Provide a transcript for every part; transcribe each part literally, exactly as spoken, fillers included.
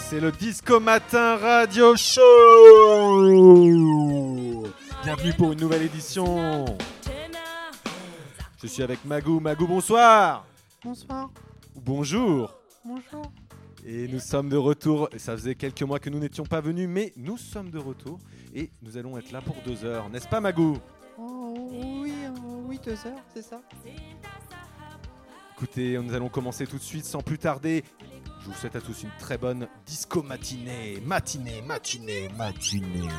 c'est le Disco Matin Radio Show. Bienvenue pour une nouvelle édition. Je suis avec Magou. Magou, bonsoir. Bonsoir. Bonjour. Bonjour. Et nous sommes de retour. Ça faisait quelques mois que nous n'étions pas venus, mais nous sommes de retour. Et nous allons être là pour deux heures, n'est-ce pas Magou? Oh oui, oh, oui, deux heures, c'est ça. Écoutez, nous allons commencer tout de suite sans plus tarder. Je vous souhaite à tous une très bonne disco matinée. Matinée, matinée, matinée.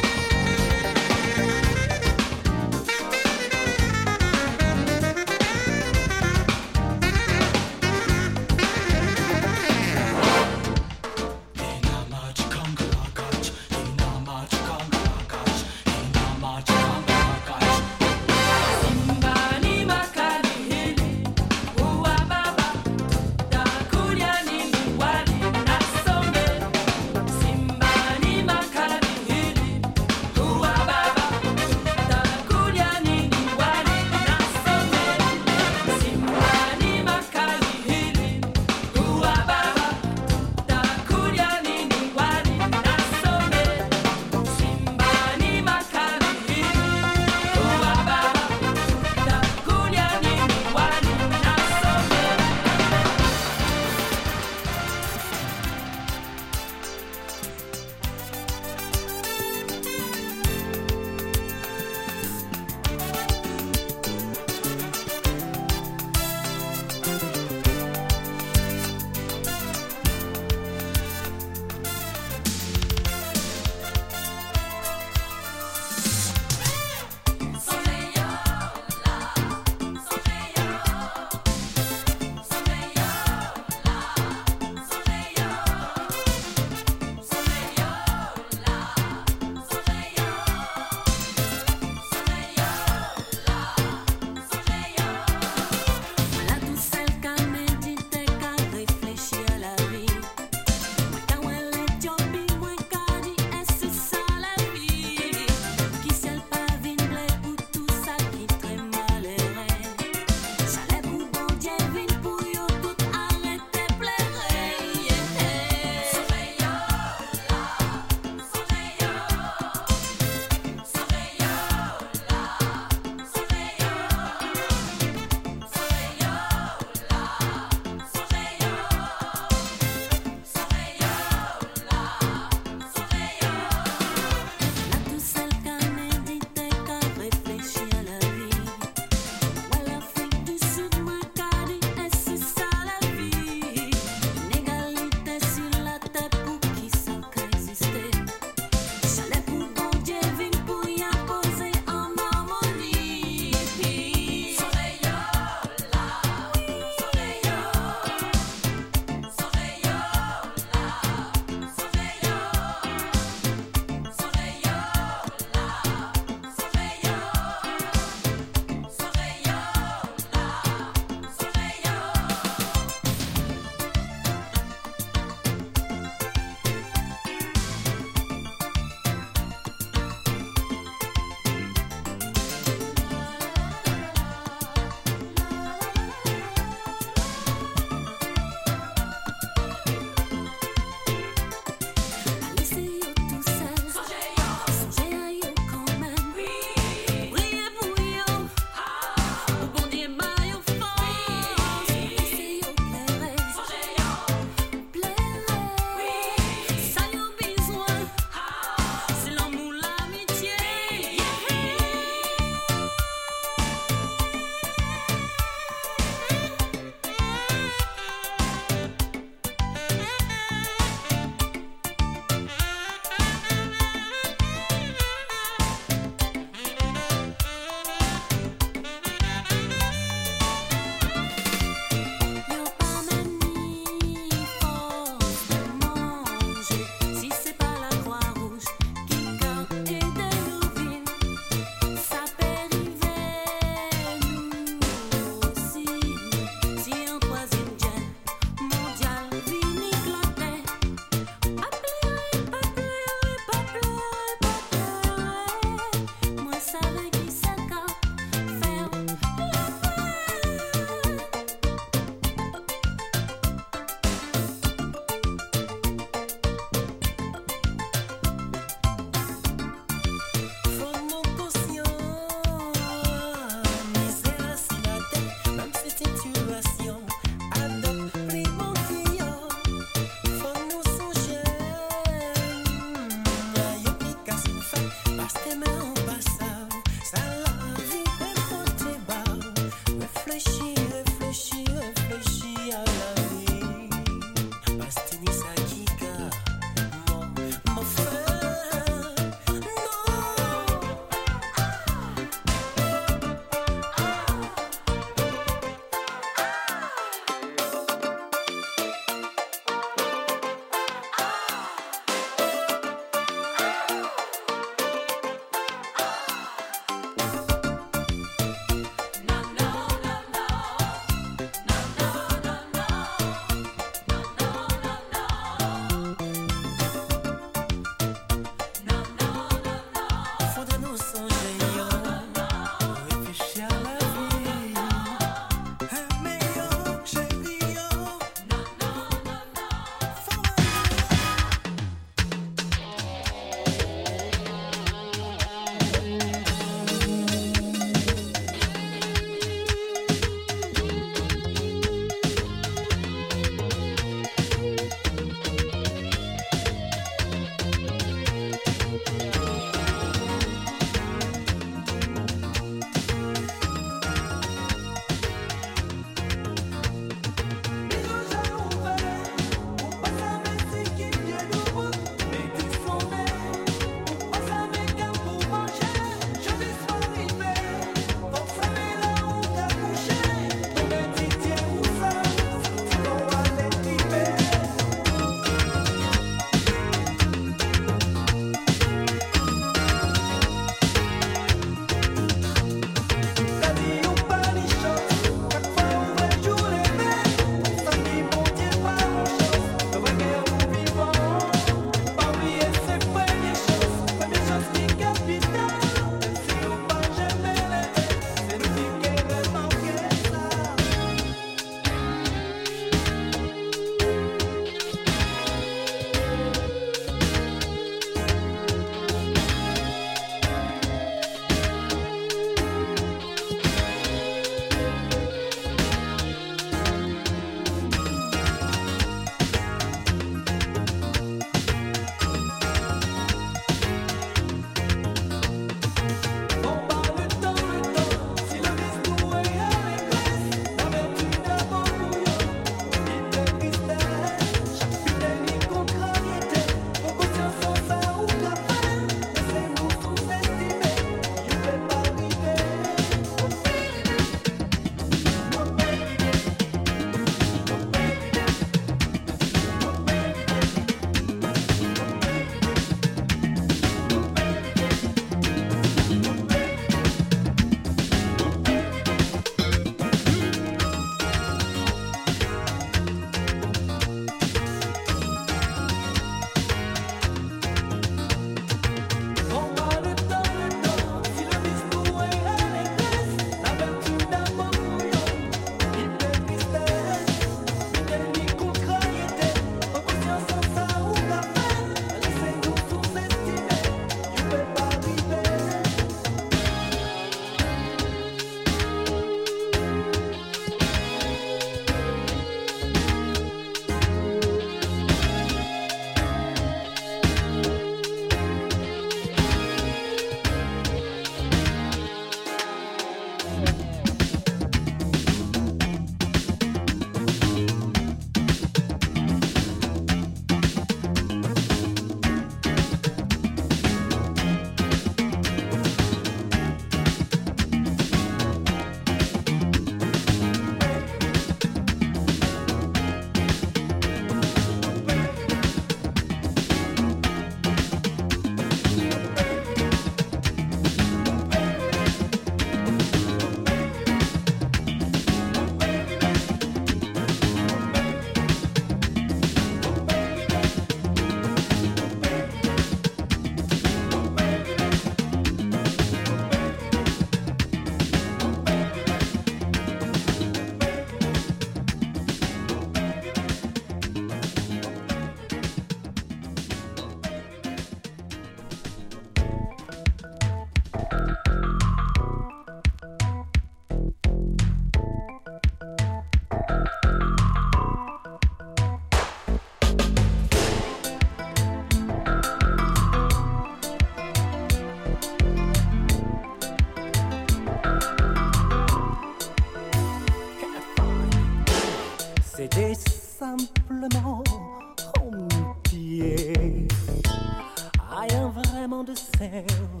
C'était simplement mon pied. Rien vraiment de sérieux.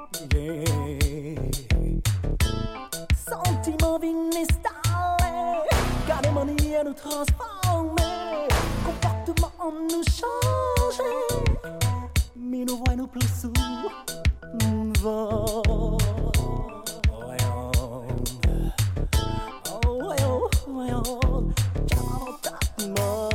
Sentiment installé, calémonie à nous transformer, comportement en nous changer, mais nous voyons nous plus souvent. Voyons, oh voyons, voyons, quarante-moi.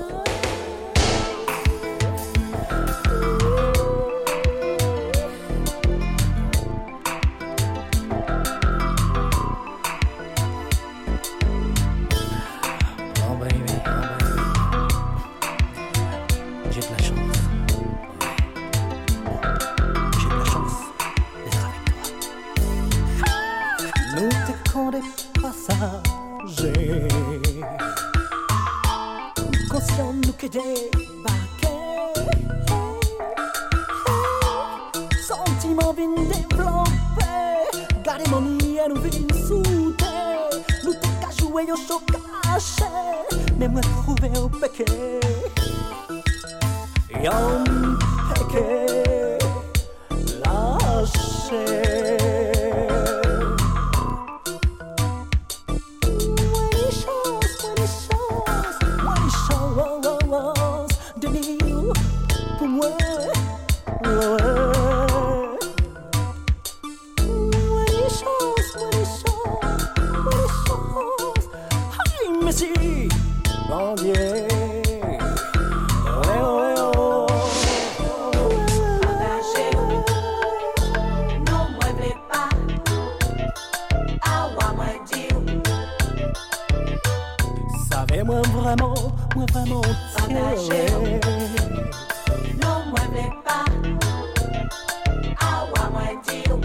Passagers, conscients nous que débarquer, sentiments bien développés, gardez mon nid à nous vins souter, nous t'es qu'à jouer au chaud caché, mais moi trouver au péché, et un péché lâché. Moi vraiment, moi vraiment tiré. Non, moi voulais pas. Ah ouais, moi dis.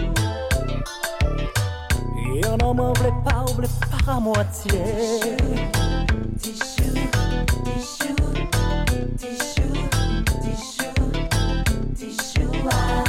Et non, moi voulais pas, on voulait pas à moitié. Tichou, tichou, tichou, tichou, tichou, ah.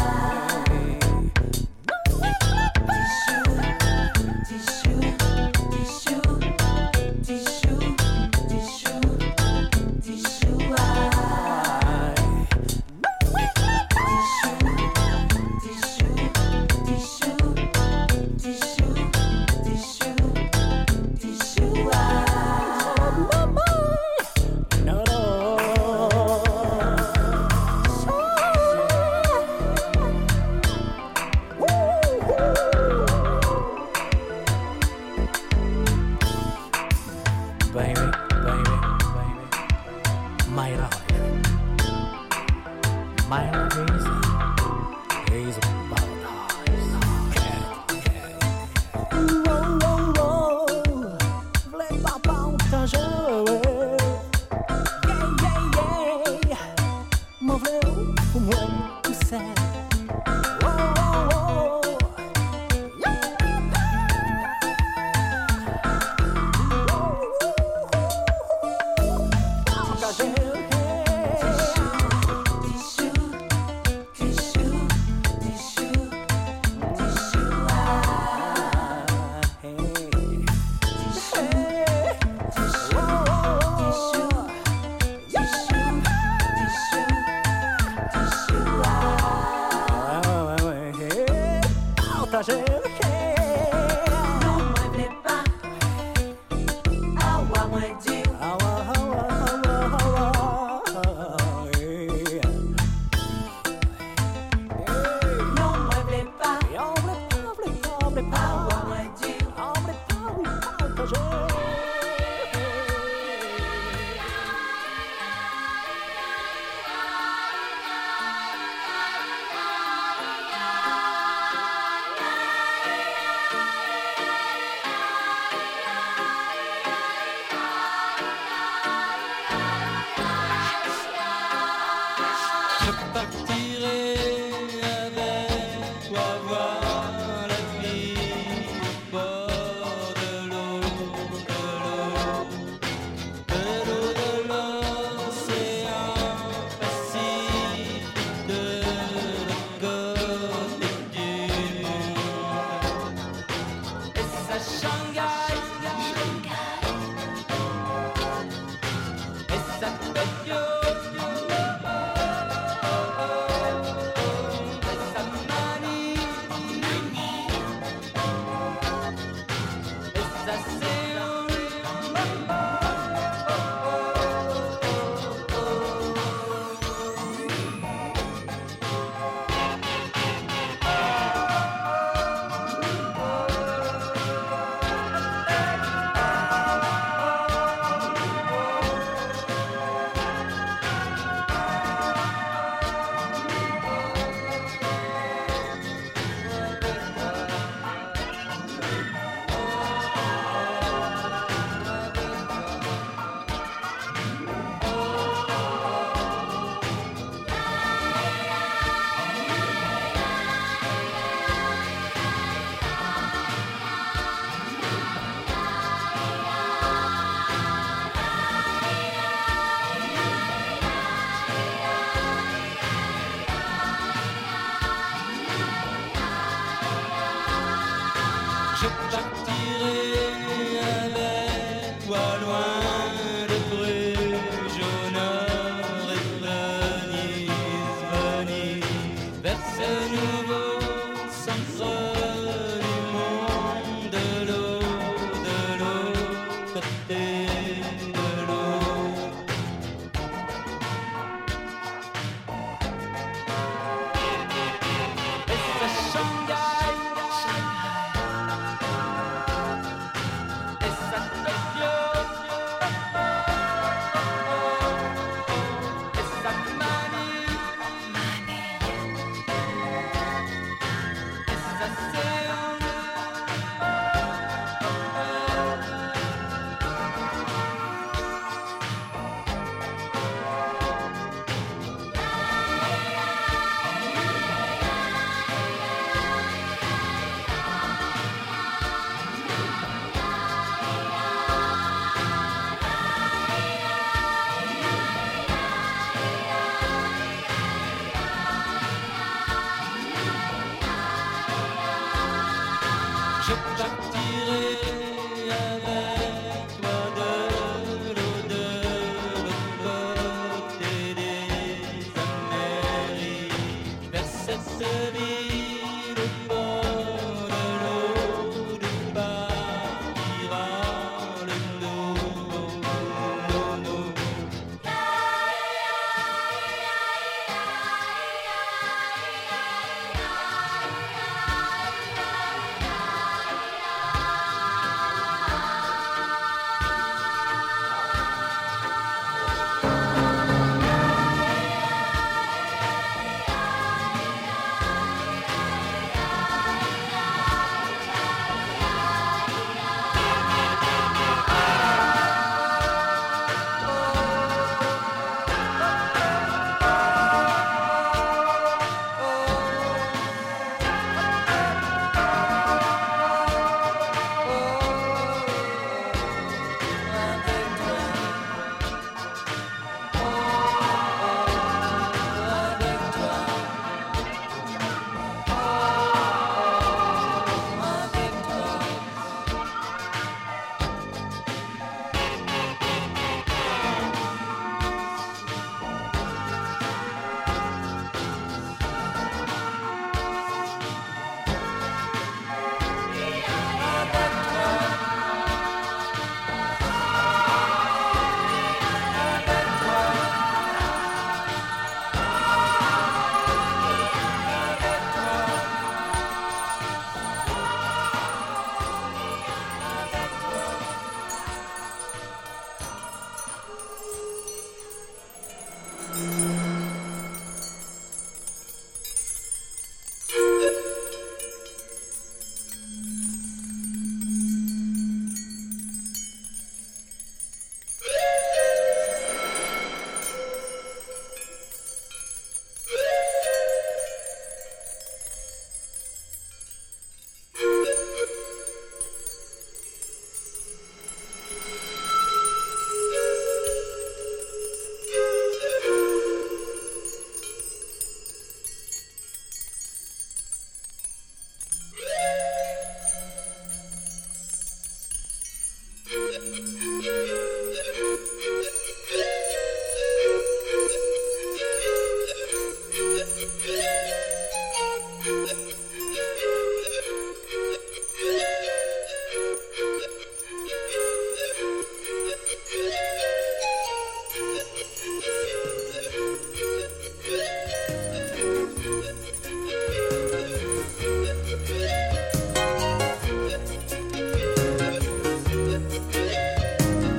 Thank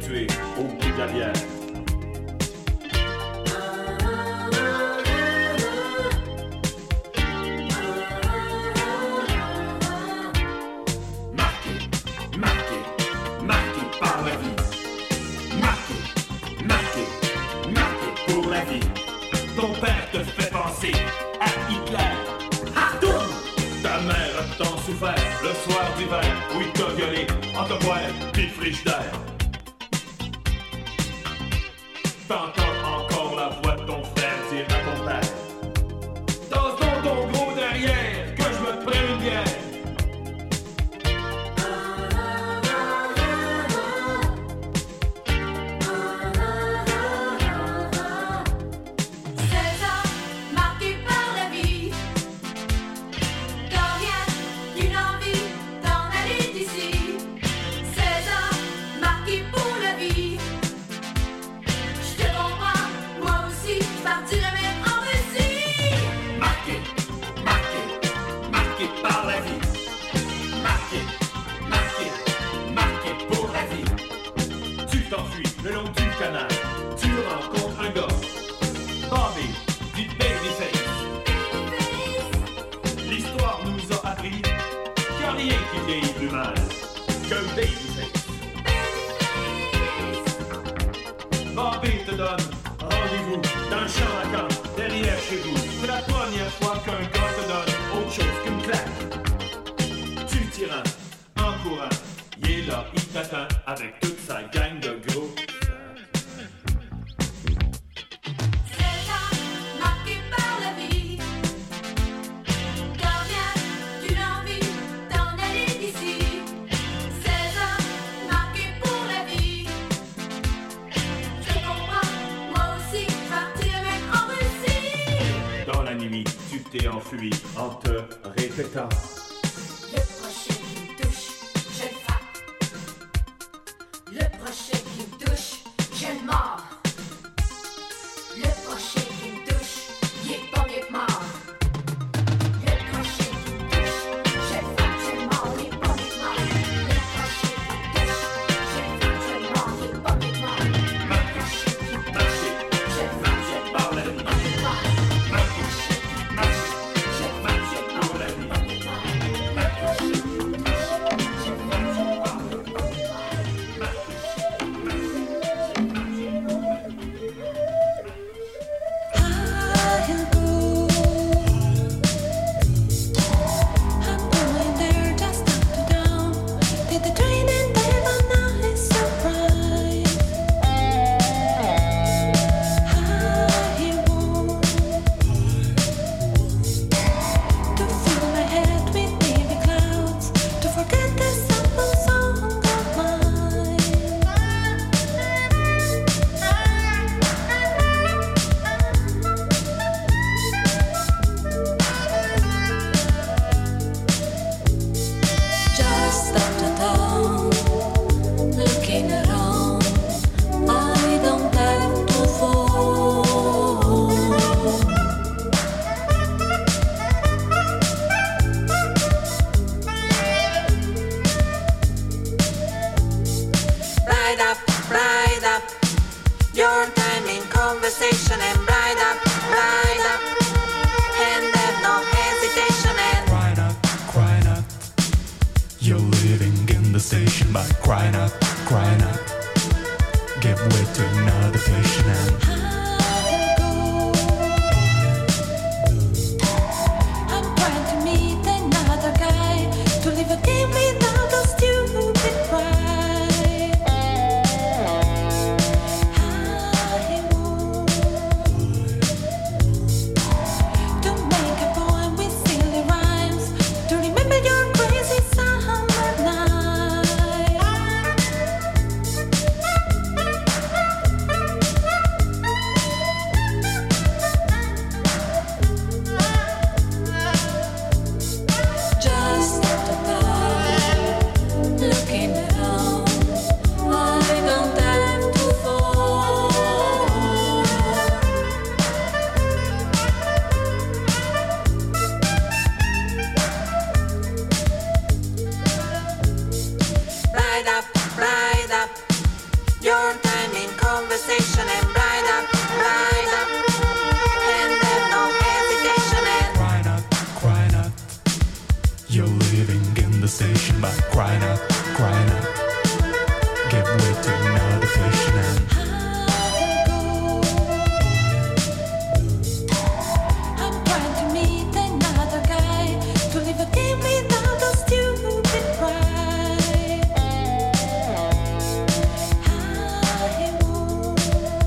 tuer au prix de la bière. Marqué, marqué, marqué par la vie. Marqué, marqué, marqué pour la vie. Ton père te fait penser à Hitler. Hartoum! Ta mère a tant souffert le soir d'hiver où il t'a violé entre poêle pis frigidaire. T'entends encore la voix de ton frère dire à ton père: Tasse donc ton gros derrière, que je me prenne une bière. seize ans, marqués par la vie. Quand vient une envie d'en aller d'ici. seize ans, marqués pour la vie. Je te comprends, moi aussi, je partirai même en Russie. Marqué, marqué, marqué par la vie. Marqué, marqué, marqué pour la vie. Tu t'enfuis le long du canal, tu rencontres un gars. Bobby, dit Babyface. L'histoire nous a appris qu'il n'y a rien qui vieillit plus mal qu'un Babyface. Bobby te donne rendez-vous dans le champ à camp, derrière chez vous. C'est la première fois qu'un gars te donne autre chose qu'une claque. Tu tires en courant, il est là, il t'attend avec toute sa gang de gros. seize ans, marqués par la vie. Quand vient une envie d'en aller d'ici. seize ans, marqués pour la vie. Je comprends, moi aussi, je partirai même en Russie. Dans la nuit, tu t'es enfui en te répétant. Le prochain qui me touche, je le frappe. Le prochain qui me touche, je le mords. Le prochain qui me touche, il est pas mieux que mort. Le prochain qui me touche, je le frappe, je le mords, il est pas mieux que mort. Le prochain qui me touche, je le frappe, je le mords, il est pas mieux que mort. Le prochain qui me touche, je le frappe, je le mords, il est pas mieux que mort. Marqué, marqué, Je le frappe, je le mords, pour la il est vie. pas mieux que mort. Le prochain qui me touche, je le frappe, je le mords, il est pas mieux que mort. I'm going there just up to down. Did the train and then the night so bright? I want to fill my head with baby clouds, to forget the simple song of mine. Just up to town, looking around. I don't have to fall. Bright up, bright up, your time in conversation and bright up, bright up, and have no hesitation and Crying out, crying out. You're living in the station by crying out, crying out. Give way to another patient and I'll go. I'm trying to meet another guy, to live a game without a stupid pride. I want to make a poem with silly rhymes, to remember your crazy summer night. crying out, crying out. Give way to another patient and I'm trying to meet another guy to live a game without a stupid pride. I want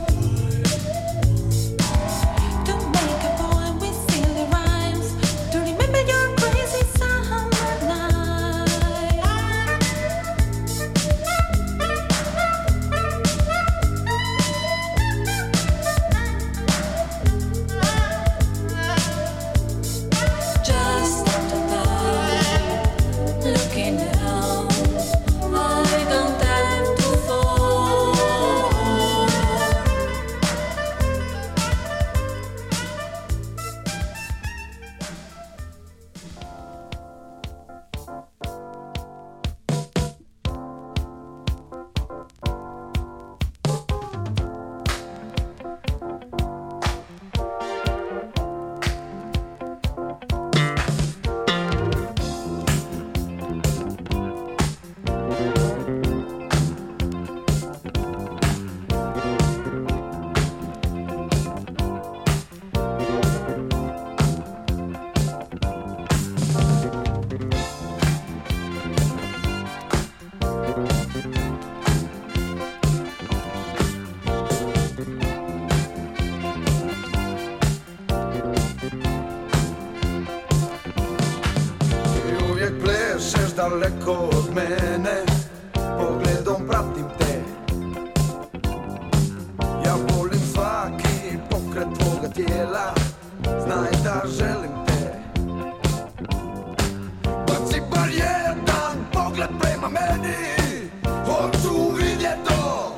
to make a poem with silly rhymes to remember your crazy summer night. Just above, looking down, I don't have to fall. Ti uvijek plešeš daleko od mene, pogledom pratim te. Ja volim svaki pokret tvoga tijela, znaj da želim te. Baci bar jedan pogled prema meni, hoću vidjet to.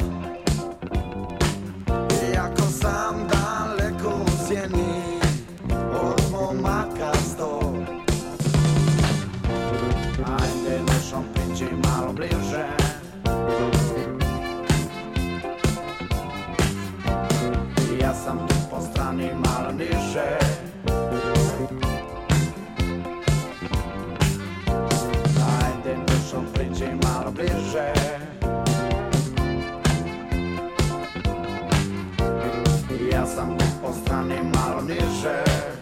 Iako sam daleko u sjeni od momaka sto. Ajde nešom priđi malo bliže. Ja sam tu po strani malo niže. Ajde nešom priđi malo bliže. Ja sam tu po strani malo niže.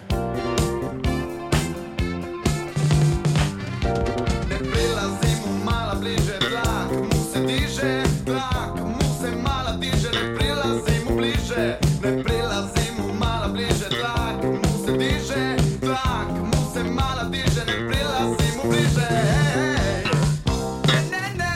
Ne prilazim mu malo bliže, tlak mu se diže, tlak mu se malo diže, ne prilazim mu bliže, ne prilazim mu malo bliže, tlak mu se diže, tlak mu se malo diže, ne prilazim mu bliže. Ne, ne, ne.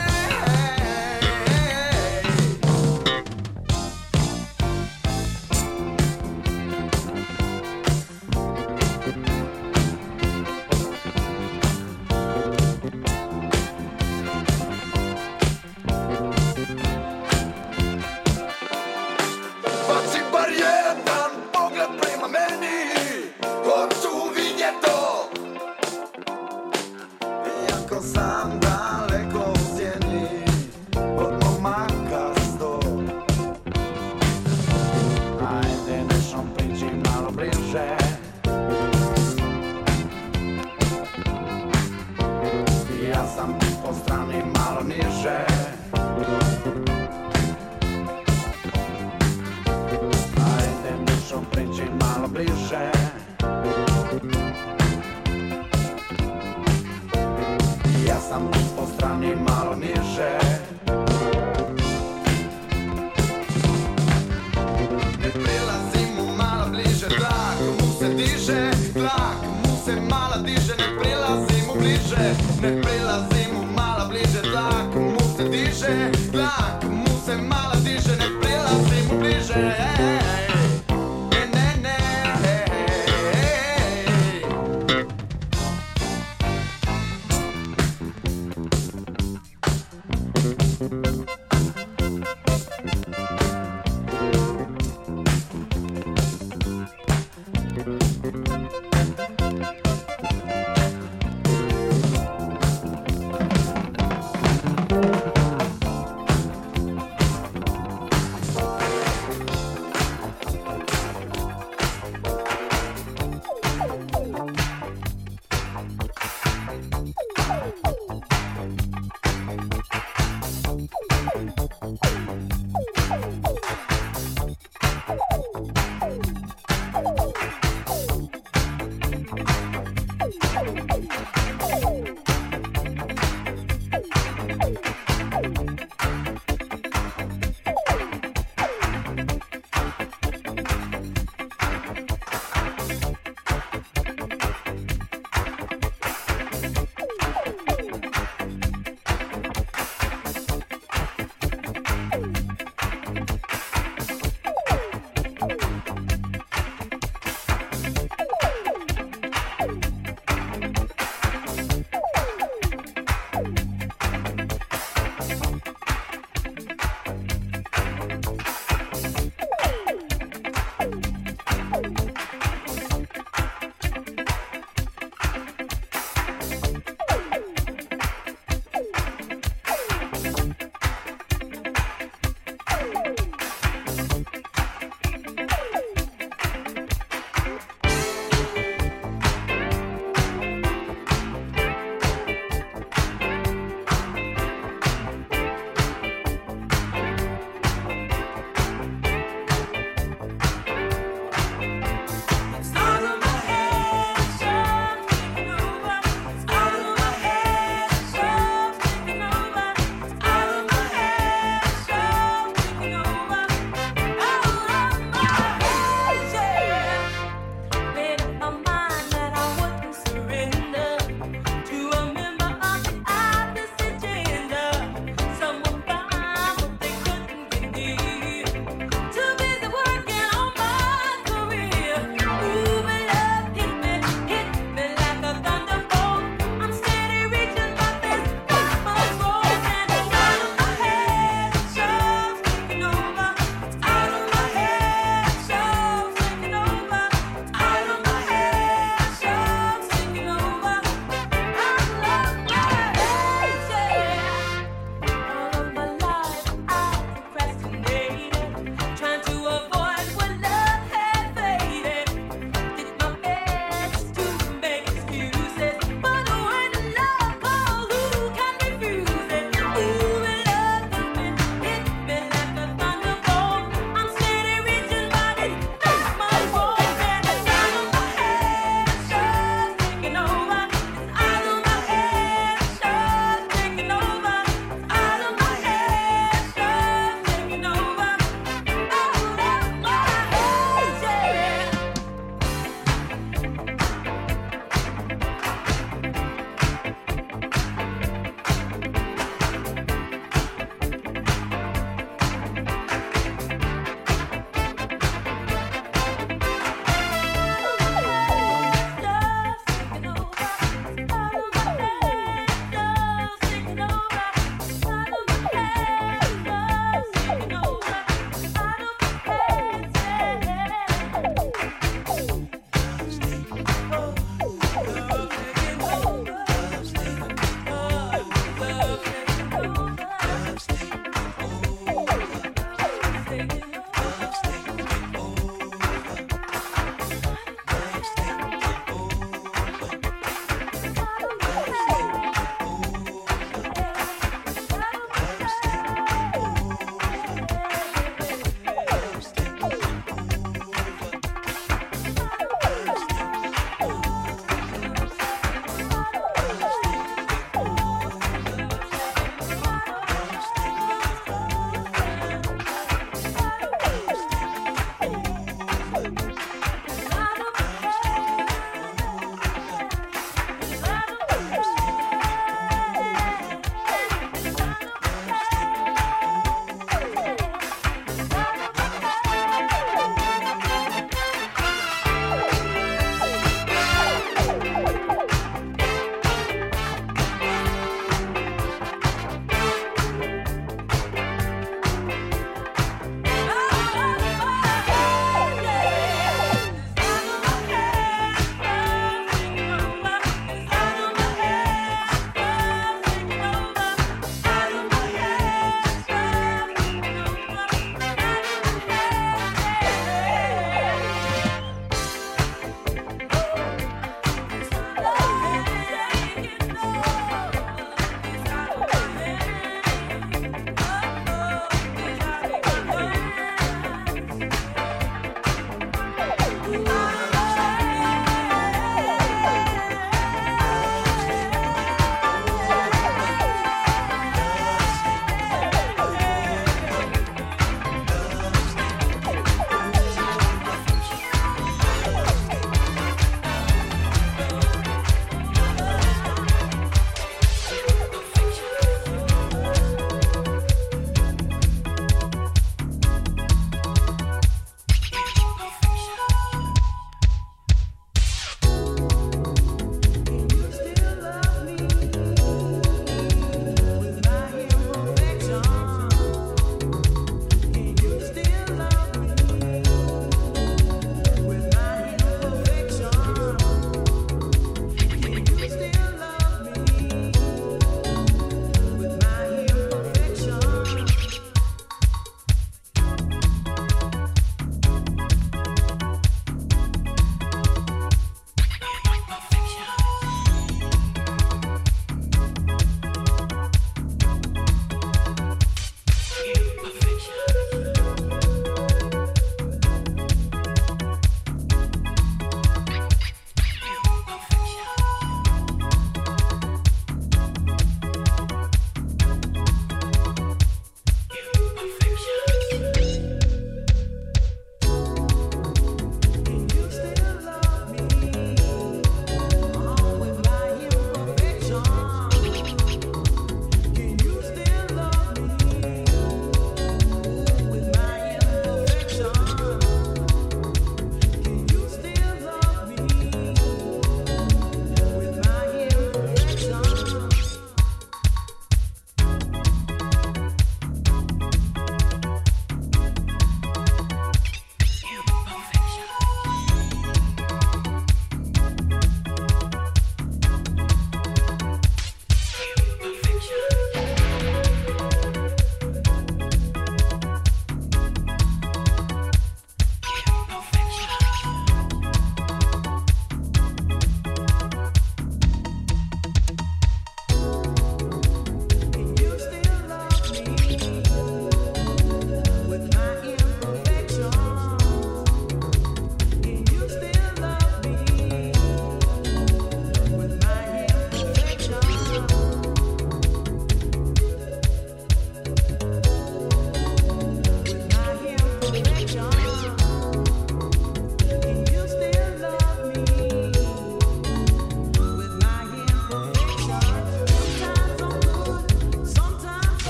Baci bar jedan pogled prema meni, hoću vidjet to. Iako sam daleko u sjeni od momaka sto. Ajde nešom priđi malo bliže. Ja sam po strani malo niže. Ajde nešom priđi malo bliže. Ja sam tu po strani malo niže. Ne prilazim mu malo bliže, tlak mu se diže, tlak mu se malo diže, ne prilazim mu bliže, ne prilazim mu malo bliže, tlak mu se diže, tlak mu se malo diže, ne prilazim mu bliže. Ne, ne, ne.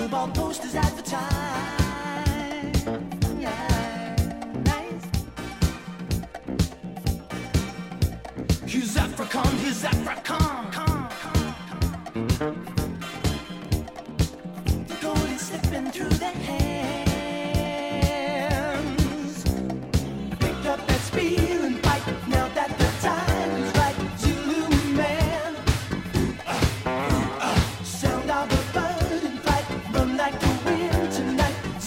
billboard posters advertise. He's African, he's African. The gold is slipping through their hands. Pick up that spear and fight now that the time is right. Zulu man, uh, uh, sound of a bird in flight, run like the wind tonight.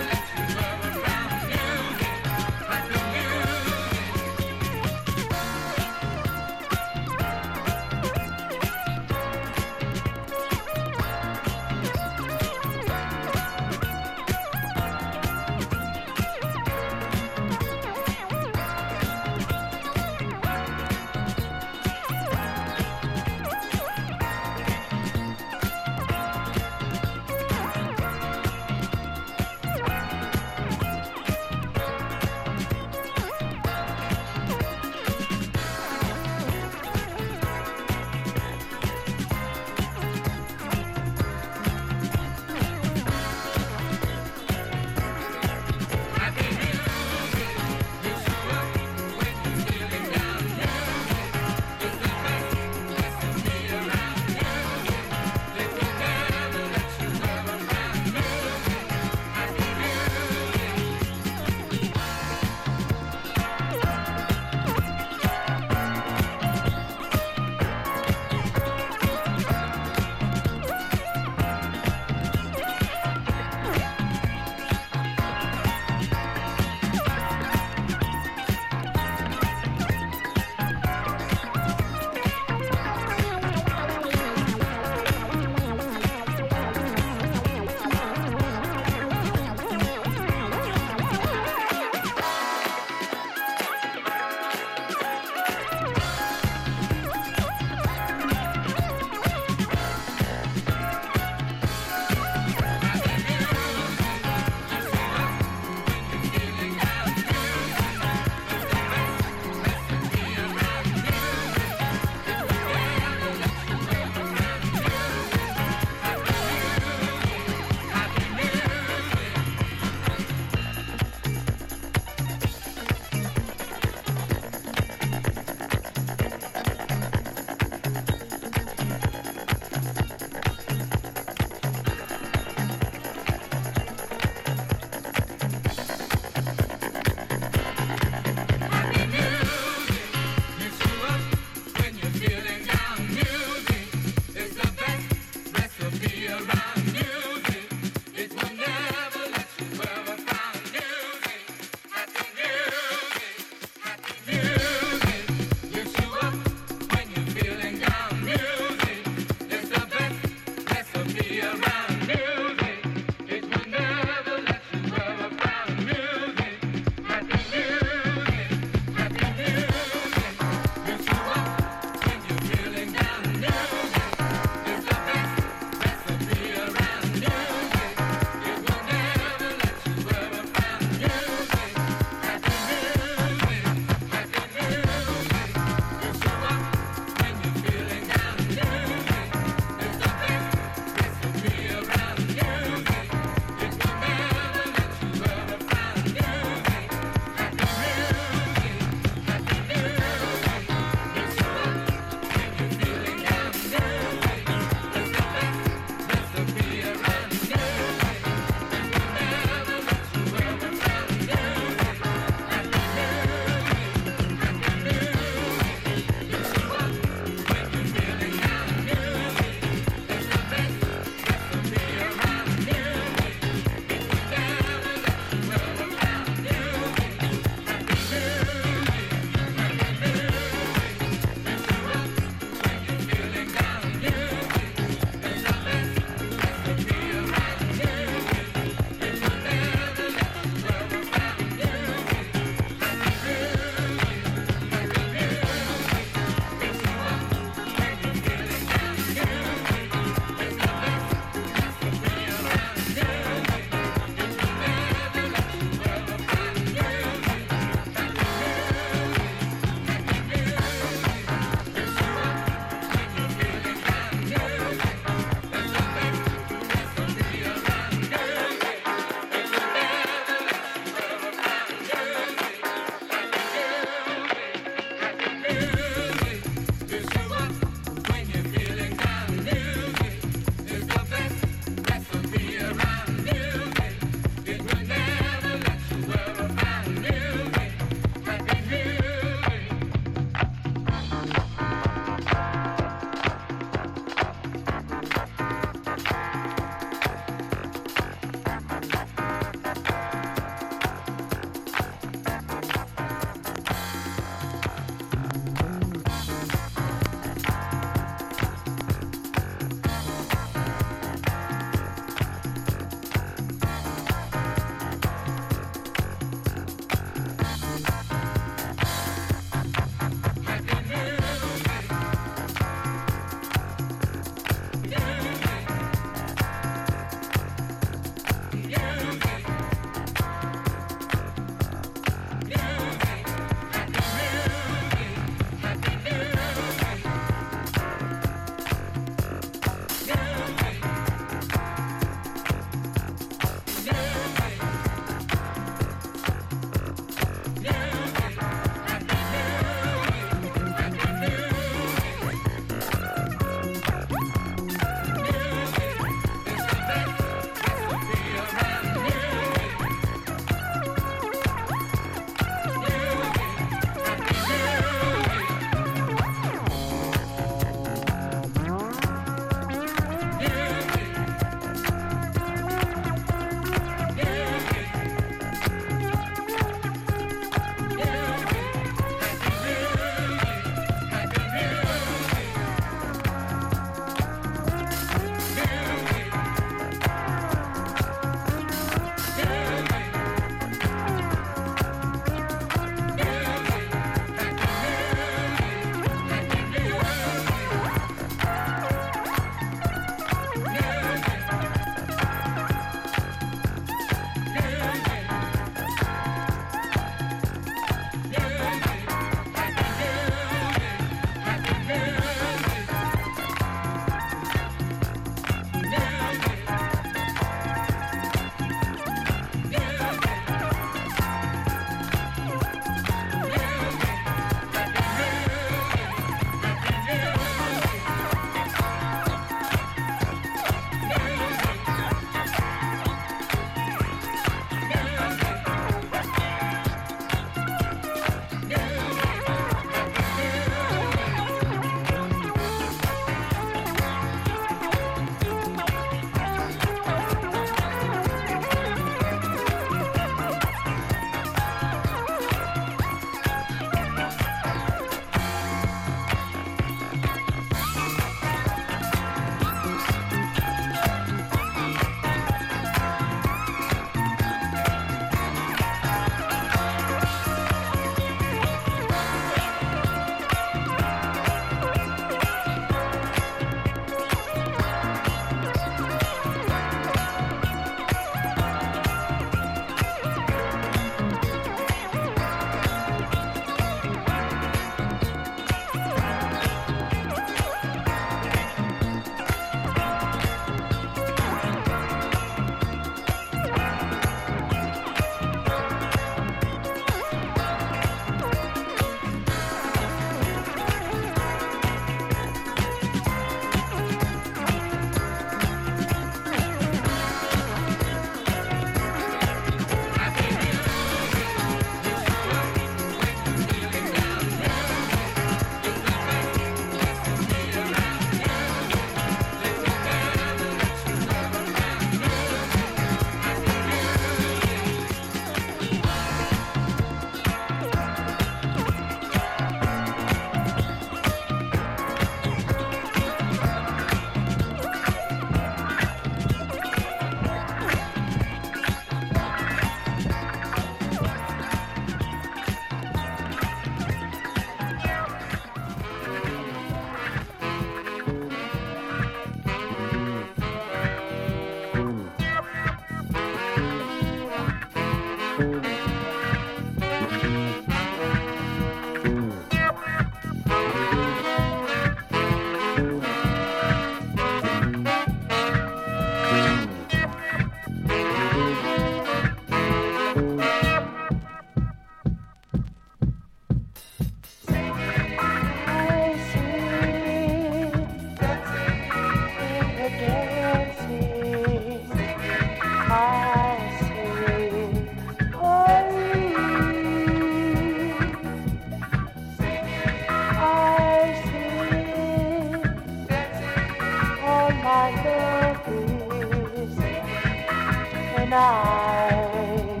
night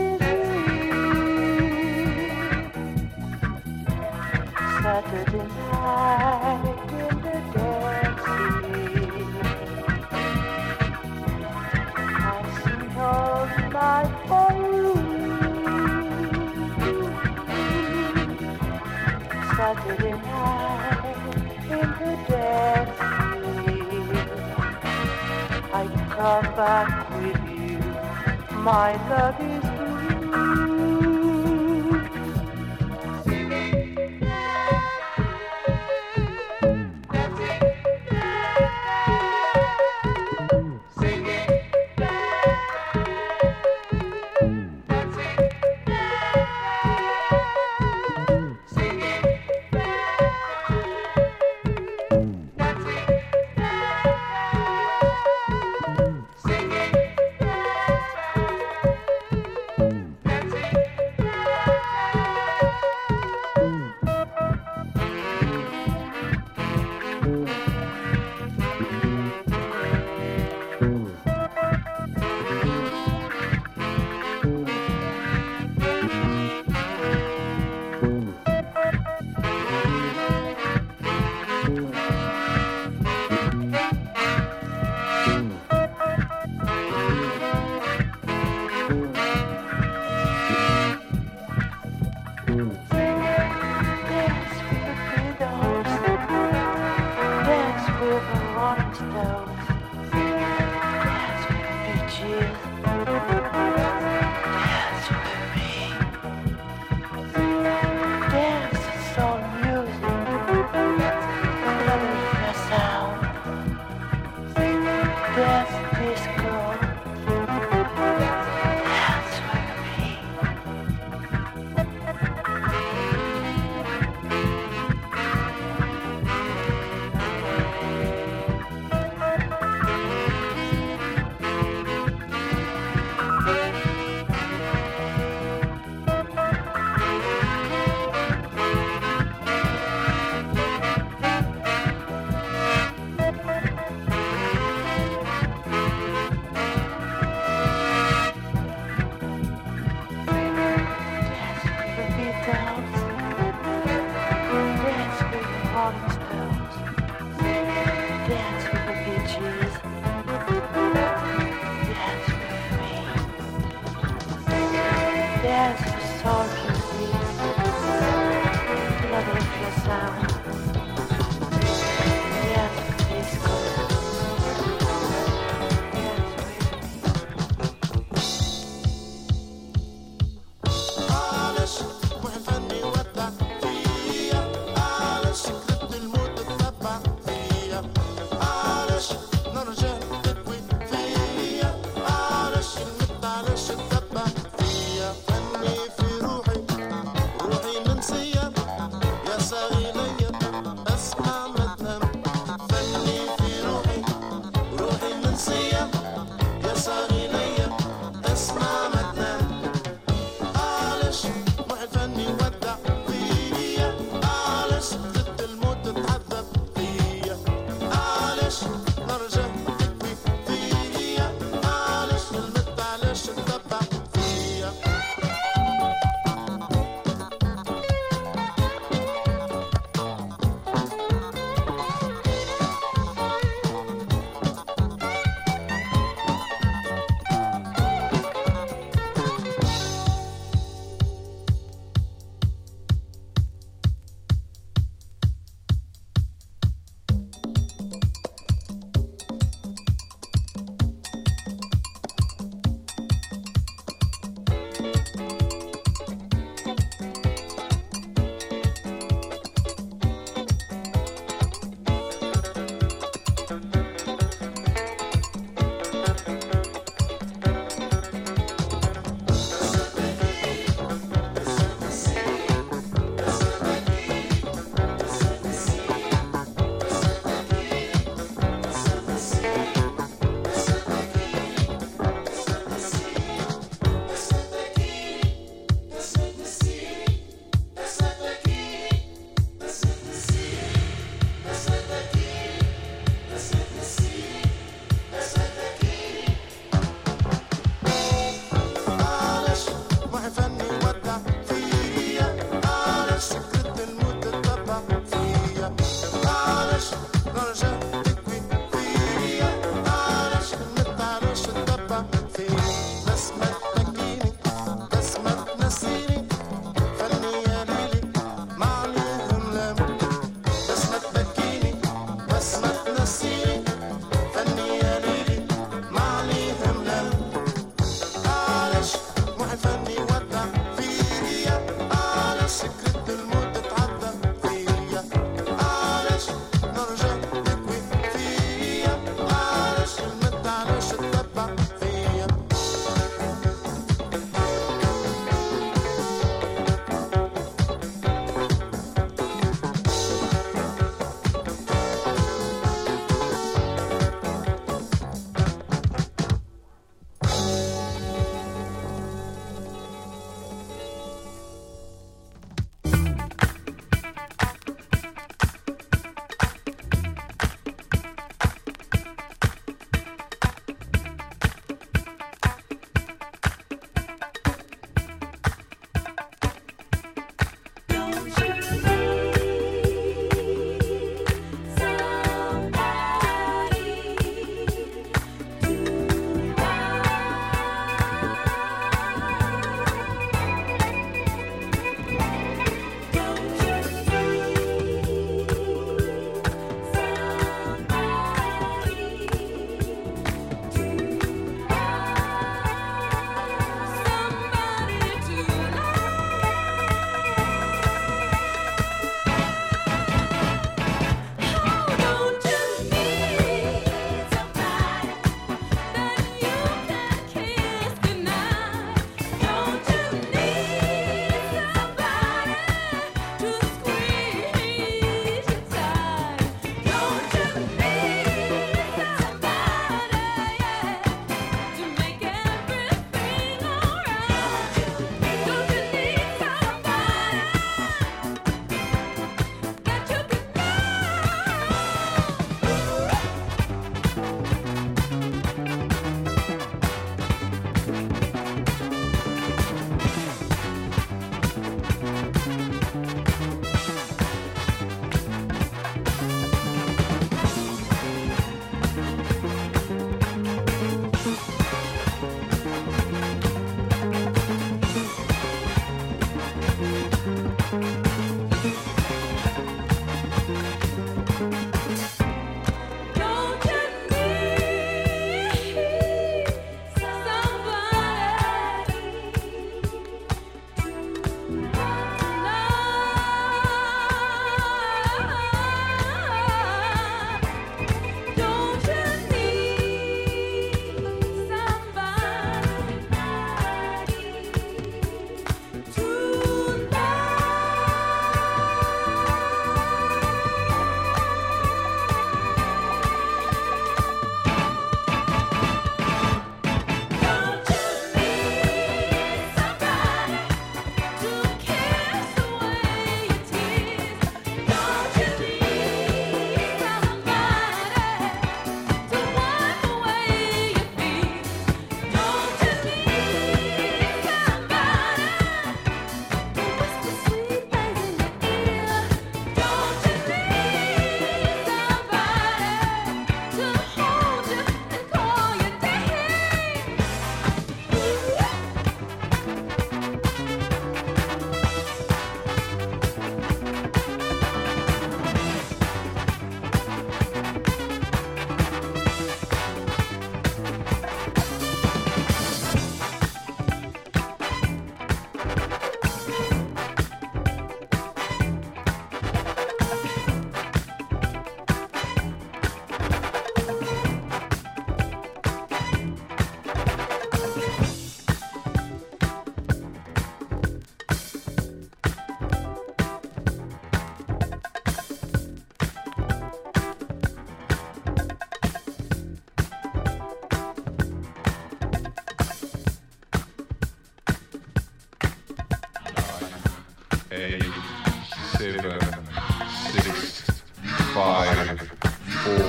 blizzard, Saturday night in the dancing. I sing all night for you. Saturday night in the dancing. I come back with you. My love is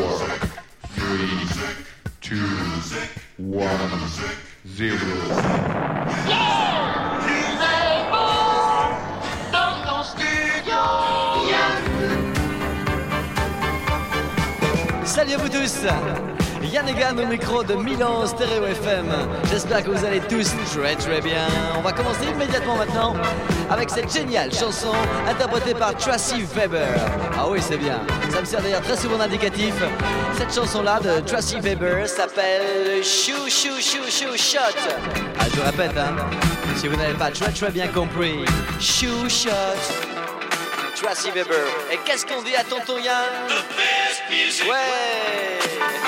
Salut à vous tous, Yann Egan au micro de Milan Stéréo F M. J'espère que vous allez tous très très bien. On va commencer immédiatement maintenant avec cette géniale chanson interprétée par Tracy Weber. Ah oui, c'est bien, ça me sert d'ailleurs très souvent d'indicatif. Cette chanson-là de Tracy Weber s'appelle Chou Chou Chou Chou Shot. Ah, je répète, hein, si vous n'avez pas très très bien compris. Chou Shot. Tracy Weber. Et qu'est-ce qu'on dit à tonton Yann? Ouais.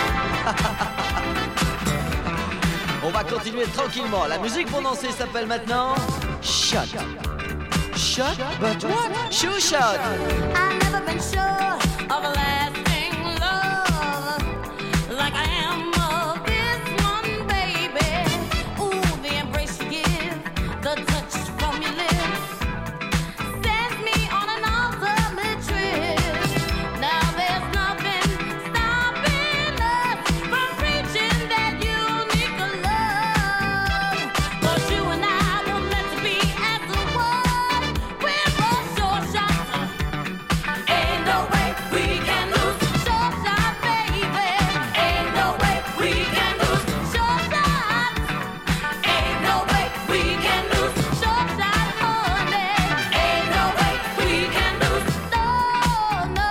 On va continuer tranquillement. La musique pour danser s'appelle maintenant Shot. Shot? But what? Shoe Shot. I've never been sure of a lasting love like I am of this one, baby. Ooh, the embrace you give, the touch from your lips sends me on an ultimate trip. Now there's nothing stopping us from reaching that unique love. 'Cause you and I were meant to be as the one. We're both short shots. Ain't no way we can lose. Short shot, baby. Ain't no way we can lose. Short shots. Ain't no way we can lose. Short shot, honey. Ain't no way we can lose. No, no.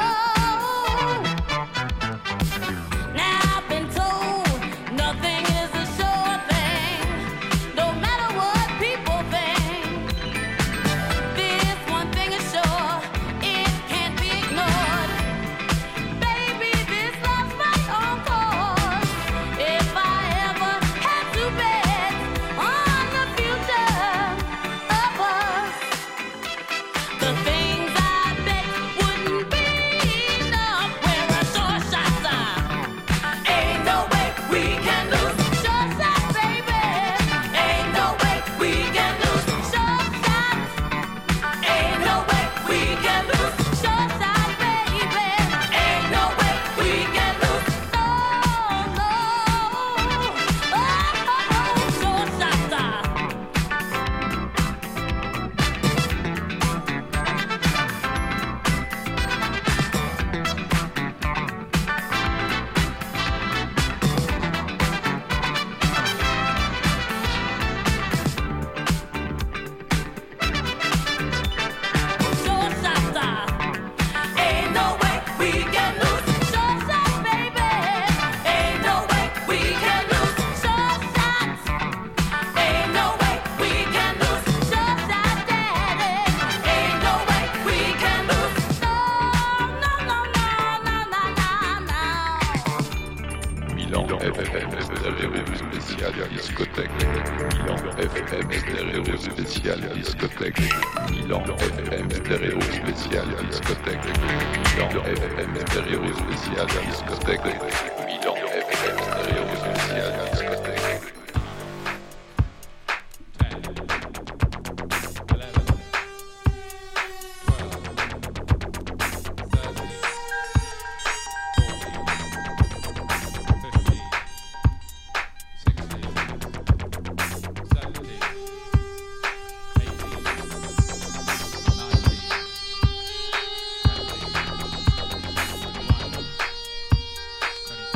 Now I've been told nothing is a sure thing, no matter what people think. This one thing is sure, it can't be ignored. Baby, this love's right on course. If I ever had to bet on the future of us, the things I bet wouldn't be enough. We're a short shot. Ain't no way we can lose. Short shot, baby. Ain't no way we can lose. Short shot. Ain't no way we can lose. Short shot, baby. Ain't no way we can lose. No, no. Oh, oh, oh, short shot. Short shot. Ain't no way we can lose. Short shot, baby. Ain't no way we can lose. Short shot. Ain't no way we can lose. Short shot, daddy. Ain't no way we can lose. No, no, no, no, no, no, no, no. Milan F M stéréo spécial discothèque. Milan F M stéréo spécial discothèque. Milan F M stéréo spécial discothèque. Milan F M stéréo spécial discothèque. Milan F M stéréo spécial discothèque. twenty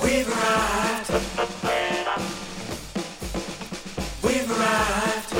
We've arrived. We've arrived.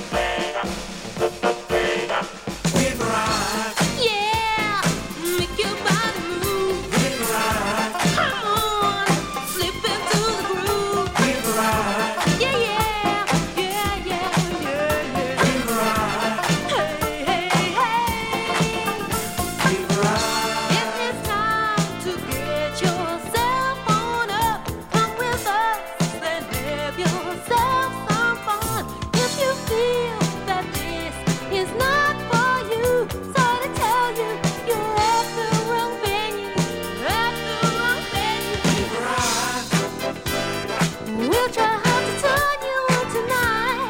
We've arrived. Yeah, make your body move. We've arrived. Come on, slip into the groove. We've arrived. Yeah, yeah, yeah, yeah, yeah, yeah. We've arrived. Hey, hey, hey. We've arrived. If it's time to get yourself on up, come with us and have yourself some fun. If you feel that this is not for you, sorry to tell you, you're at the wrong venue, at the wrong venue. We've arrived. We'll try hard to turn you on tonight.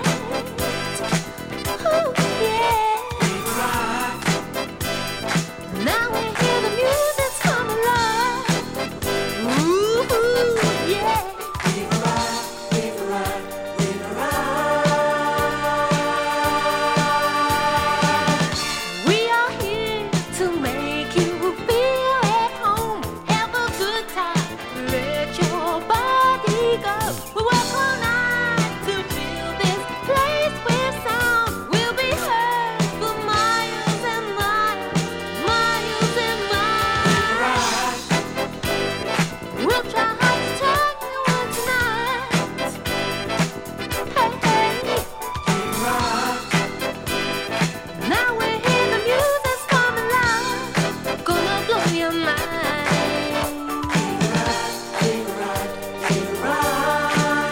Ooh, yeah. We've arrived. Now we hear the music's come alive. Ooh, yeah. We've arrived. We've arrived. We've arrived. We are here to make you feel at home. Have a good time. Let your body go. We work all night to fill this place with sound. We'll be heard for miles and miles, miles and miles. We'll try hard to turn you on tonight. Hey, hey. We've arrived. Now we hear the music's coming loud, gonna blow your mind. We've arrived. We've arrived. We've arrived.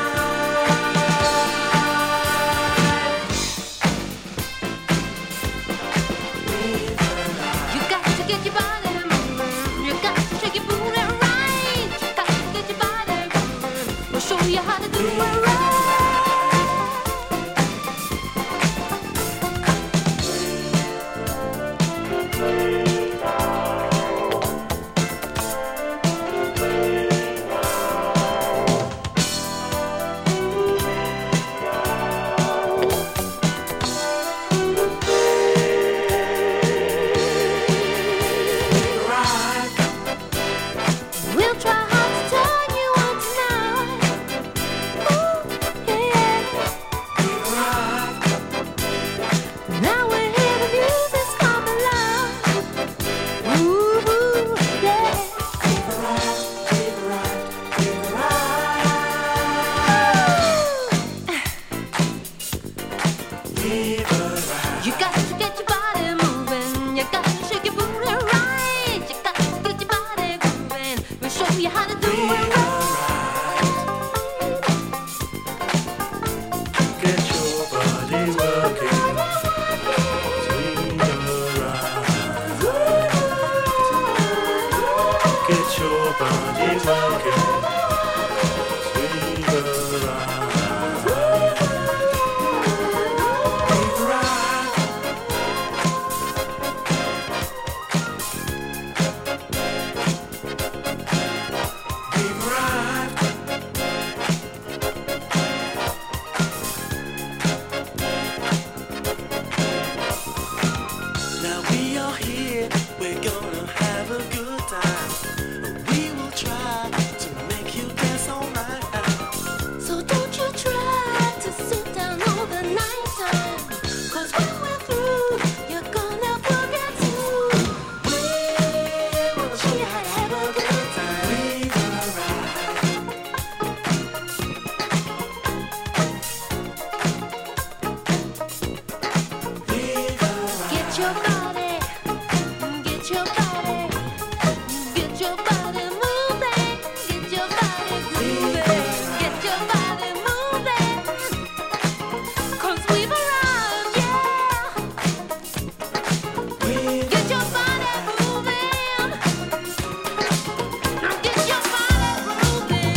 You got to get your body moving, you got to shake your booty right, you got to get your body moving. We'll show you how to do it right. We've arrived. We'll try hard to turn you on tonight. Ooh, yeah. We've arrived. Now we hear the music's coming loud. Ooh, yeah. We've arrived. We've arrived. We've arrived. We've arrived. You got to get your body moving. You got to shake your booty right. You got to get your body moving. We'll show you how to do it We've right. arrived. Get your body working. We've arrived. Get your body working. We've arrived. We've arrived. We've arrived. Now we are here, we're gonna have a good time. We will try to make you dance all night. So don't you try to sit down over night time. 'Cause when we're through, you're gonna forget to. We will show you how to have a good time. We've arrived. We've arrived. Get your body, get your body, get your body moving, get your body grooving, get your body moving. 'Cause we've arrived, yeah. We've Get your body moving, get your body moving,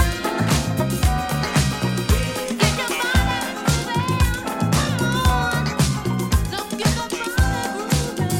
get your body moving. Come on, don't get your body moving.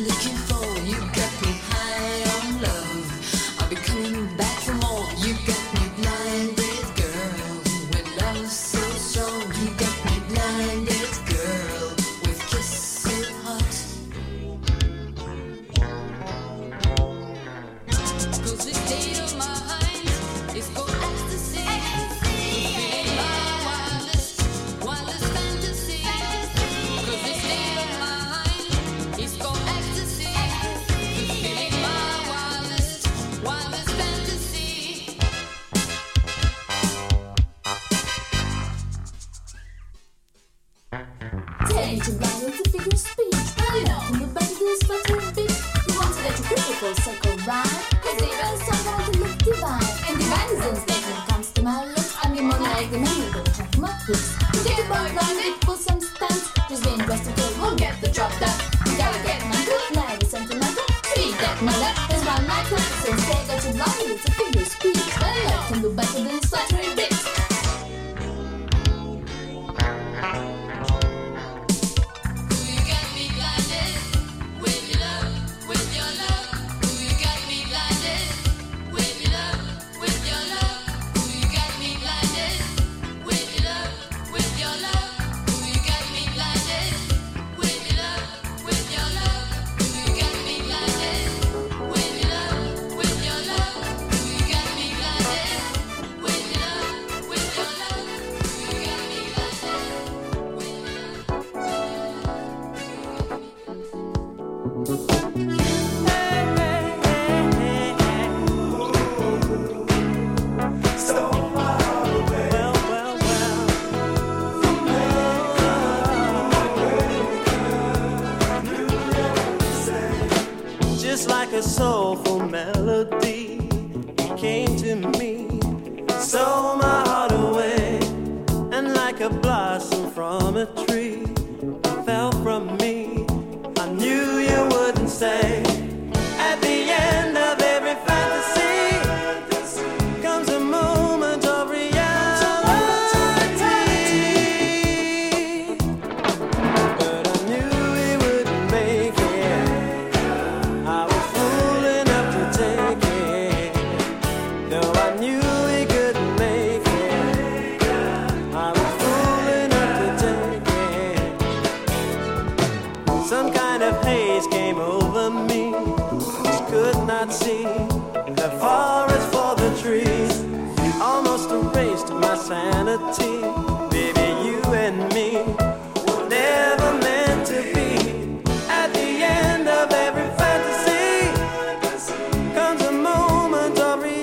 looking for. You got me high on love. I'll be coming back for more. You got me blinded, girl. With love so strong, you got me blinded, girl. With kiss so hot. Cause the state of my mind is called ecstasy. Fulfilling my wildest, wildest fantasy. Cause the state of my mind is called ecstasy. Fulfilling my wildest, wildest fantasy. Take to ride to figure speed. I love in the back of this fluttering beat. You want to let a critical circle ride. Cause they run someone to look divine. And divine is instinct when it comes to my looks. I'm the more like the man who don't have my hooks. You take a boy blind it for some stunts. Just being dressed to will get the job done. You gotta get my good life, it's sentimental. Treat that mother as my matter. So instead that you blind it's a figure speed. I love in the back of this fluttering beat. You got me blinded with your love, with your love. Ooh, you got me blinded with your love, with your love. Ooh, you got me blinded with your love, with your love. Ooh, you got me blinded with your love, with your love. Ooh, you got me blinded with your love, with your love. Ooh, you got me blinded with your love, with your love. Ooh, you got me Just like a soulful melody, it came to me, stole my heart away, and like a blossom from a tree, it fell from me. I knew you wouldn't stay. At the end of every fantasy comes a moment of reality. But I knew we wouldn't make it. I was fool enough to take it. Though I knew we couldn't make it. I was fool enough to take it. Some kind of haze came over me. Just could not see the forest for the trees. Almost erased my sanity. Baby, you and me were never meant to be. At the end of every fantasy comes a moment of reality.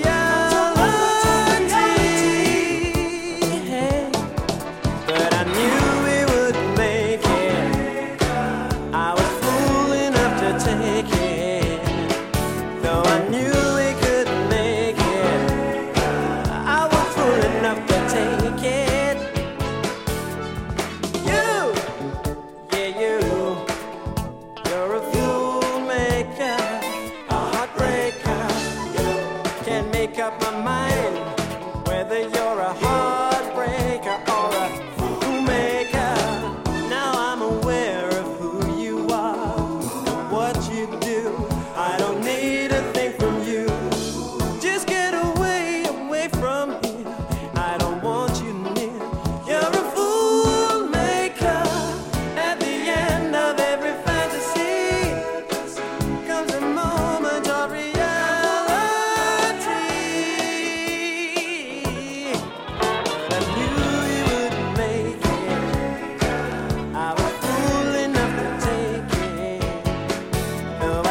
But I knew we wouldn't make it. I was fool enough to take it. Though I knew we couldn't make it, I was fool enough to take it. You, yeah, you, you're a fool maker, a heartbreaker. Can't make up my mind whether you're a heartbreaker or a fool maker. Now I'm aware of who you are and what you do. I don't need a thing from you. Just get away, away from here. I don't want you near. You're a fool maker. At the end of every fantasy comes a moment of reality. But I knew we wouldn't make it. I was fool enough to take it. Though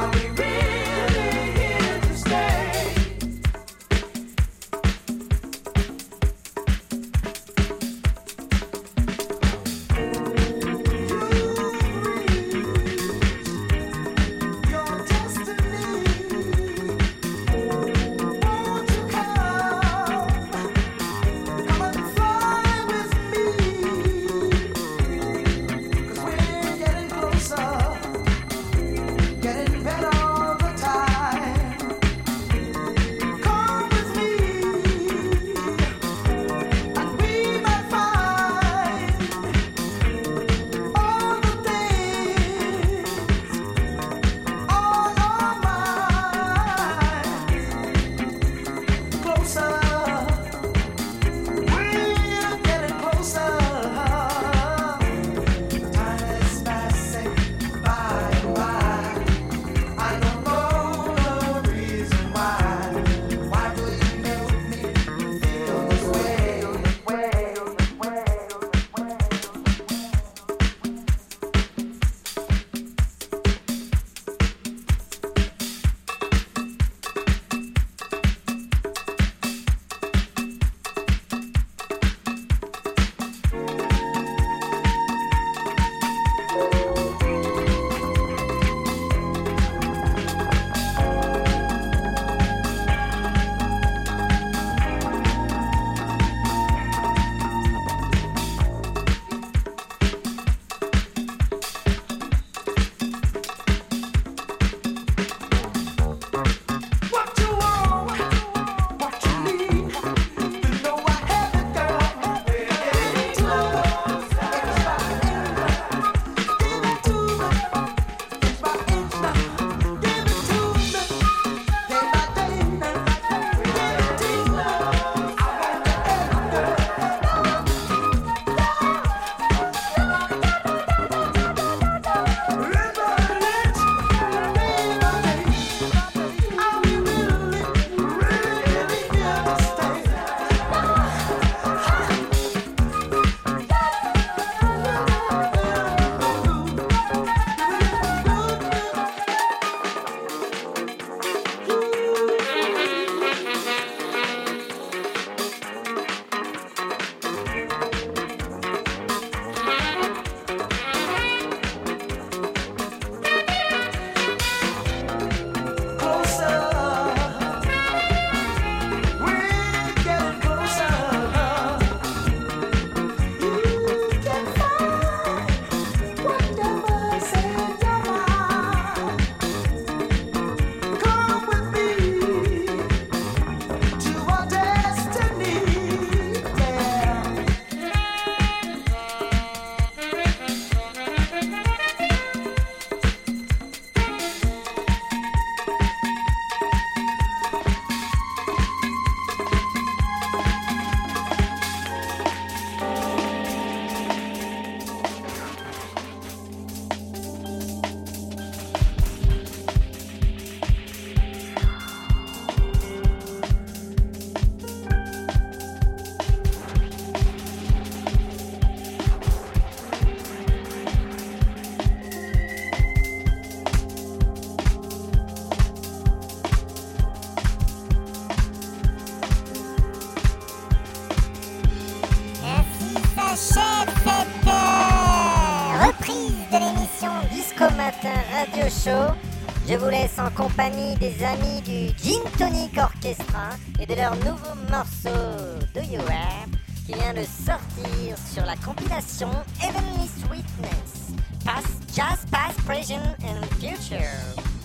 Radio Show. Je vous laisse en compagnie des amis du Gin Tonic Orchestra et de leur nouveau morceau Do You Rap qui vient de sortir sur la compilation Heavenly Sweetness, Past, Just Past, Present and Future.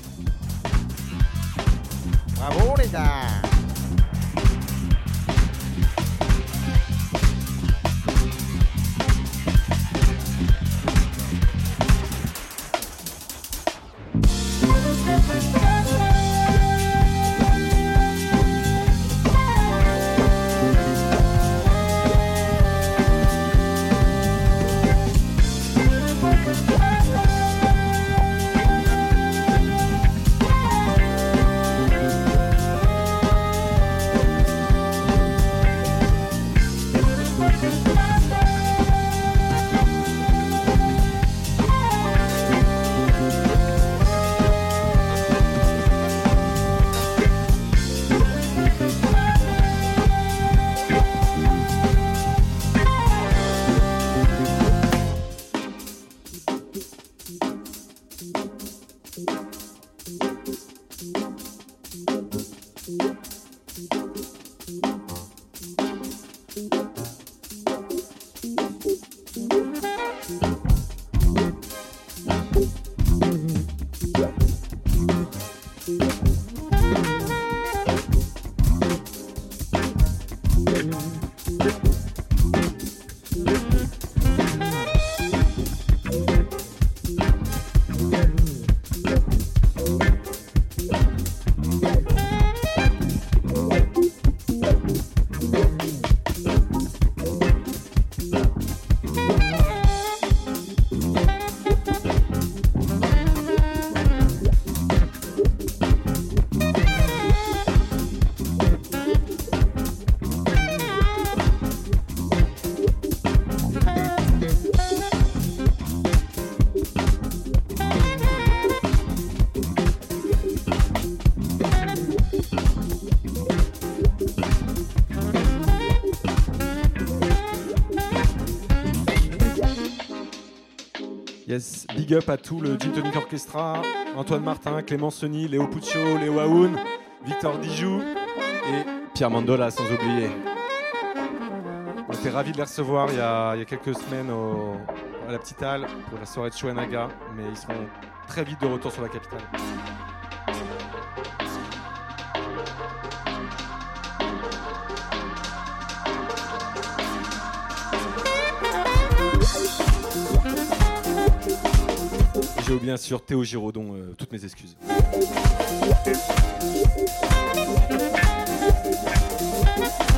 Bravo les gars! Thank Yes, big up à tout le Gin Tonic Orchestra, Antoine Martin, Clément Sony, Léo Puccio, Léo Aoun, Victor Dijou et Pierre Mandola sans oublier. On était ravis de les recevoir il y a, il y a quelques semaines au, à la Petite Halle pour la soirée de Chouanaga, mais ils seront très vite de retour sur la capitale. J'ai oublié bien sûr Théo Giraudon, euh, toutes mes excuses. Thank you.